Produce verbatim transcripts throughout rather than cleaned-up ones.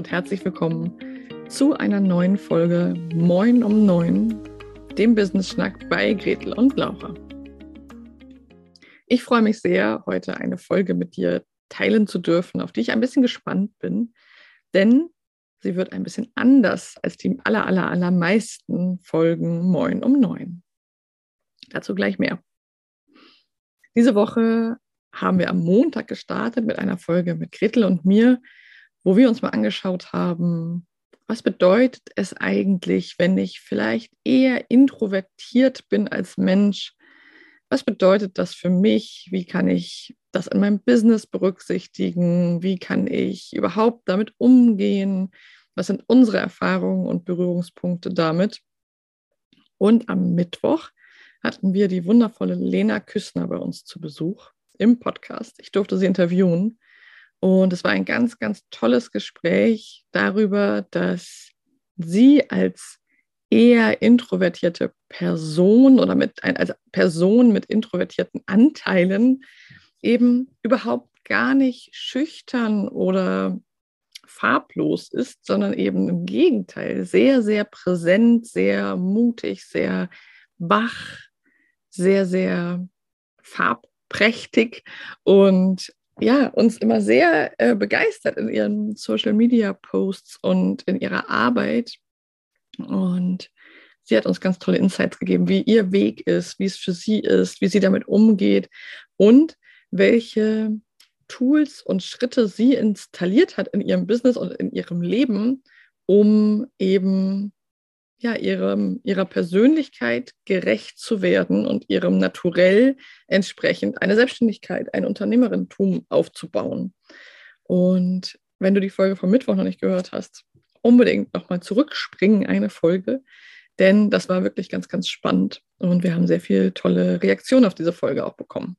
und herzlich willkommen zu einer neuen Folge Moin um neun, dem Business-Schnack bei Gretel und Laura. Ich freue mich sehr, heute eine Folge mit dir teilen zu dürfen, auf die ich ein bisschen gespannt bin, denn sie wird ein bisschen anders als die aller, aller, allermeisten Folgen Moin um neun. Dazu gleich mehr. Diese Woche haben wir am Montag gestartet mit einer Folge mit Gretel und mir, wo wir uns mal angeschaut haben, was bedeutet es eigentlich, wenn ich vielleicht eher introvertiert bin als Mensch? Was bedeutet das für mich? Wie kann ich das in meinem Business berücksichtigen? Wie kann ich überhaupt damit umgehen? Was sind unsere Erfahrungen und Berührungspunkte damit? Und am Mittwoch hatten wir die wundervolle Lena Küssner bei uns zu Besuch im Podcast. Ich durfte sie interviewen. Und es war ein ganz, ganz tolles Gespräch darüber, dass sie als eher introvertierte Person oder mit als Person mit introvertierten Anteilen eben überhaupt gar nicht schüchtern oder farblos ist, sondern eben im Gegenteil sehr, sehr präsent, sehr mutig, sehr wach, sehr, sehr farbprächtig und ja, uns immer sehr äh, begeistert in ihren Social-Media-Posts und in ihrer Arbeit. Und sie hat uns ganz tolle Insights gegeben, wie ihr Weg ist, wie es für sie ist, wie sie damit umgeht und welche Tools und Schritte sie installiert hat in ihrem Business und in ihrem Leben, um eben ja, ihrem, ihrer Persönlichkeit gerecht zu werden und ihrem Naturell entsprechend eine Selbstständigkeit, ein Unternehmerinnentum aufzubauen. Und wenn du die Folge vom Mittwoch noch nicht gehört hast, unbedingt nochmal zurückspringen, eine Folge, denn das war wirklich ganz, ganz spannend und wir haben sehr viele tolle Reaktionen auf diese Folge auch bekommen.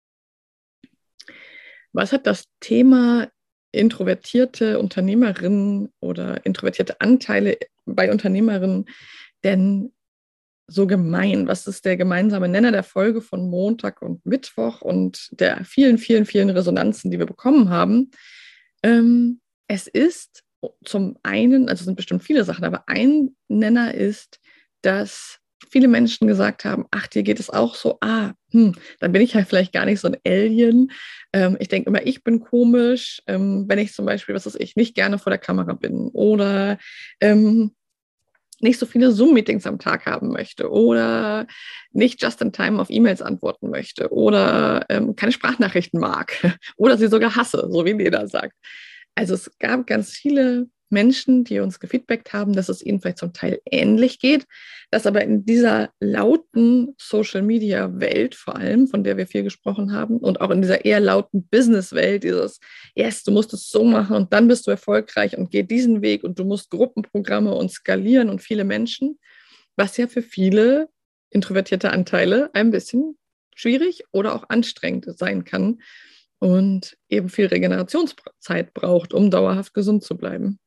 Was hat das Thema introvertierte Unternehmerinnen oder introvertierte Anteile bei Unternehmerinnen denn so gemein? Was ist der gemeinsame Nenner der Folge von Montag und Mittwoch und der vielen, vielen, vielen Resonanzen, die wir bekommen haben? Ähm, es ist zum einen, also es sind bestimmt viele Sachen, aber ein Nenner ist, dass viele Menschen gesagt haben, ach, dir geht es auch so, ah, hm, dann bin ich halt vielleicht gar nicht so ein Alien. Ähm, ich denke immer, ich bin komisch, ähm, wenn ich zum Beispiel, was weiß ich, nicht gerne vor der Kamera bin oder ähm, nicht so viele Zoom-Meetings am Tag haben möchte oder nicht just in time auf E-Mails antworten möchte oder ähm, keine Sprachnachrichten mag oder sie sogar hasse, so wie Lena sagt. Also es gab ganz viele Menschen, die uns gefeedbackt haben, dass es ihnen vielleicht zum Teil ähnlich geht, dass aber in dieser lauten Social-Media-Welt vor allem, von der wir viel gesprochen haben und auch in dieser eher lauten Business-Welt, dieses, yes, du musst es so machen und dann bist du erfolgreich und geh diesen Weg und du musst Gruppenprogramme und skalieren und viele Menschen, was ja für viele introvertierte Anteile ein bisschen schwierig oder auch anstrengend sein kann und eben viel Regenerationszeit braucht, um dauerhaft gesund zu bleiben.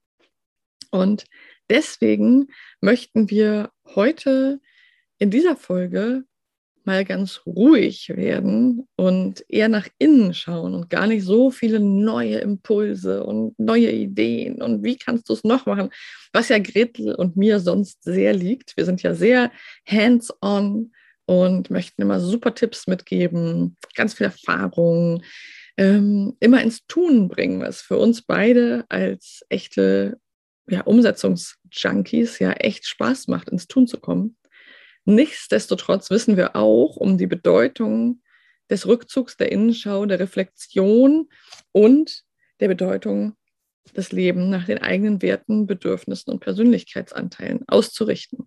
Und deswegen möchten wir heute in dieser Folge mal ganz ruhig werden und eher nach innen schauen und gar nicht so viele neue Impulse und neue Ideen und wie kannst du es noch machen, was ja Gretel und mir sonst sehr liegt. Wir sind ja sehr hands-on und möchten immer super Tipps mitgeben, ganz viel Erfahrung, ähm, immer ins Tun bringen, was für uns beide als echte ja, Umsetzungsjunkies ja echt Spaß macht, ins Tun zu kommen. Nichtsdestotrotz wissen wir auch um die Bedeutung des Rückzugs, der Innenschau, der Reflexion und der Bedeutung, das Leben nach den eigenen Werten, Bedürfnissen und Persönlichkeitsanteilen auszurichten.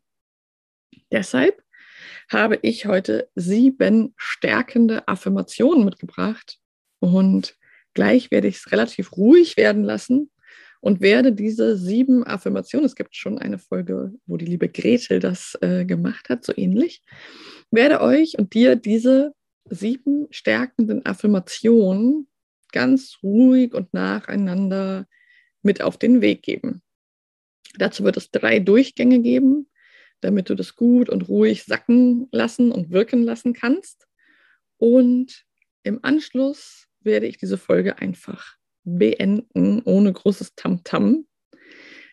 Deshalb habe ich heute sieben stärkende Affirmationen mitgebracht und gleich werde ich es relativ ruhig werden lassen und werde diese sieben Affirmationen, es gibt schon eine Folge, wo die liebe Gretel das äh, gemacht hat, so ähnlich, werde euch und dir diese sieben stärkenden Affirmationen ganz ruhig und nacheinander mit auf den Weg geben. Dazu wird es drei Durchgänge geben, damit du das gut und ruhig sacken lassen und wirken lassen kannst. Und im Anschluss werde ich diese Folge einfach beenden, ohne großes Tamtam.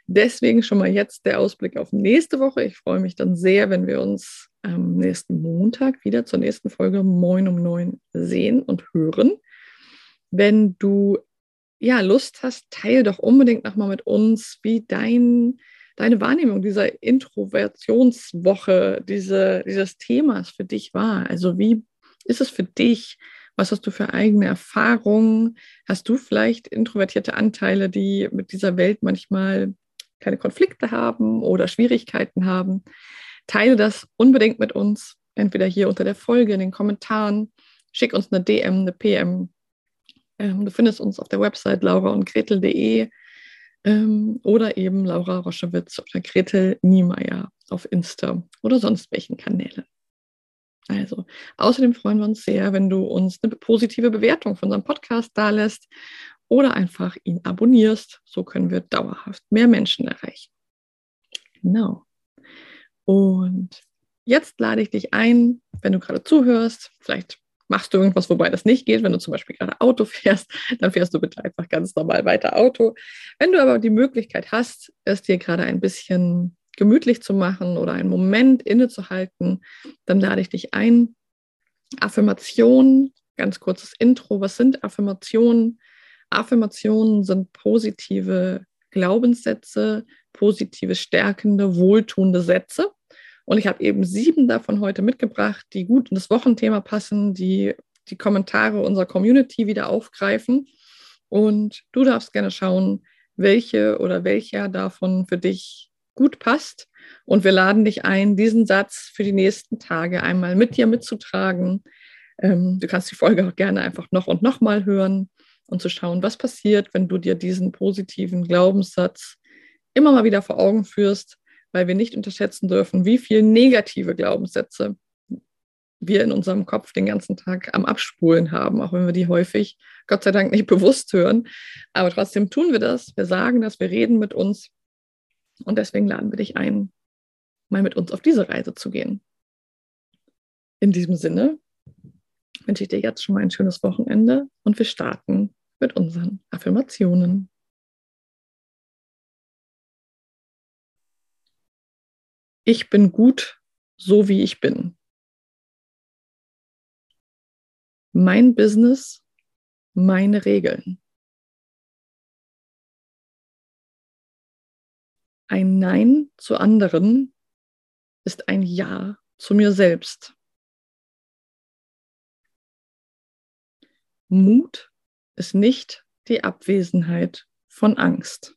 Deswegen schon mal jetzt der Ausblick auf nächste Woche. Ich freue mich dann sehr, wenn wir uns am nächsten Montag wieder zur nächsten Folge Moin um neun sehen und hören. Wenn du ja Lust hast, teile doch unbedingt nochmal mit uns, wie dein, deine Wahrnehmung dieser Introversionswoche, diese, dieses Themas für dich war. Also wie ist es für dich? Was hast du für eigene Erfahrungen? Hast du vielleicht introvertierte Anteile, die mit dieser Welt manchmal keine Konflikte haben oder Schwierigkeiten haben? Teile das unbedingt mit uns, entweder hier unter der Folge, in den Kommentaren. Schick uns eine D M, eine P M. Ähm, du findest uns auf der Website laura und gretel punkt de ähm, oder eben Laura Roschewitz oder Gretel Niemeyer auf Insta oder sonst welchen Kanälen. Also, außerdem freuen wir uns sehr, wenn du uns eine positive Bewertung von unserem Podcast dalässt oder einfach ihn abonnierst. So können wir dauerhaft mehr Menschen erreichen. Genau. Und jetzt lade ich dich ein, wenn du gerade zuhörst, vielleicht machst du irgendwas, wobei das nicht geht. Wenn du zum Beispiel gerade Auto fährst, dann fährst du bitte einfach ganz normal weiter Auto. Wenn du aber die Möglichkeit hast, es dir gerade ein bisschen gemütlich zu machen oder einen Moment innezuhalten, dann lade ich dich ein. Affirmationen, ganz kurzes Intro. Was sind Affirmationen? Affirmationen sind positive Glaubenssätze, positive, stärkende, wohltuende Sätze. Und ich habe eben sieben davon heute mitgebracht, die gut in das Wochenthema passen, die die Kommentare unserer Community wieder aufgreifen. Und du darfst gerne schauen, welche oder welcher davon für dich gut passt. Und wir laden dich ein, diesen Satz für die nächsten Tage einmal mit dir mitzutragen. Ähm, du kannst die Folge auch gerne einfach noch und noch mal hören und zu schauen, was passiert, wenn du dir diesen positiven Glaubenssatz immer mal wieder vor Augen führst, weil wir nicht unterschätzen dürfen, wie viele negative Glaubenssätze wir in unserem Kopf den ganzen Tag am Abspulen haben, auch wenn wir die häufig, Gott sei Dank, nicht bewusst hören. Aber trotzdem tun wir das. Wir sagen das, wir reden mit uns. Und deswegen laden wir dich ein, mal mit uns auf diese Reise zu gehen. In diesem Sinne wünsche ich dir jetzt schon mal ein schönes Wochenende und wir starten mit unseren Affirmationen. Ich bin gut, so wie ich bin. Mein Business, meine Regeln. Ein Nein zu anderen ist ein Ja zu mir selbst. Mut ist nicht die Abwesenheit von Angst.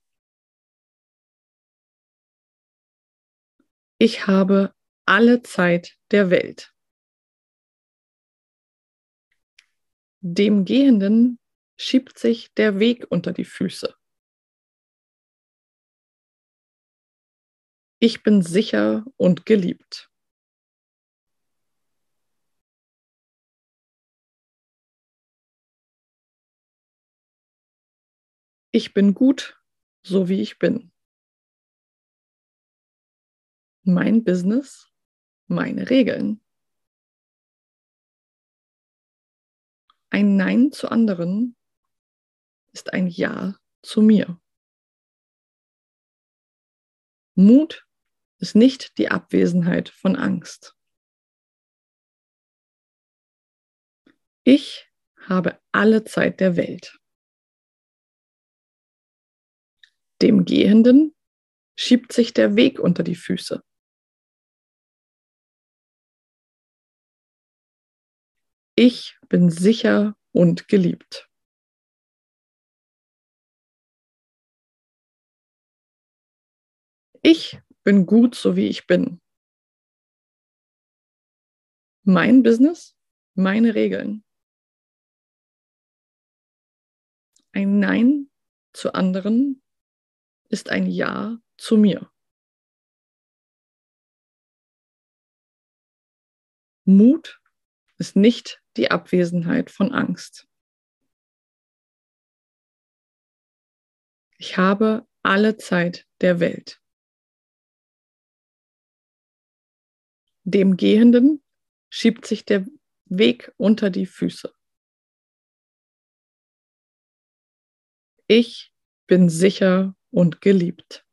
Ich habe alle Zeit der Welt. Dem Gehenden schiebt sich der Weg unter die Füße. Ich bin sicher und geliebt. Ich bin gut, so wie ich bin. Mein Business, meine Regeln. Ein Nein zu anderen ist ein Ja zu mir. Mut ist nicht die Abwesenheit von Angst. Ich habe alle Zeit der Welt. Dem Gehenden schiebt sich der Weg unter die Füße. Ich bin sicher und geliebt. Ich bin gut, so wie ich bin. Mein Business, meine Regeln. Ein Nein zu anderen ist ein Ja zu mir. Mut ist nicht die Abwesenheit von Angst. Ich habe alle Zeit der Welt. Dem Gehenden schiebt sich der Weg unter die Füße. Ich bin sicher und geliebt.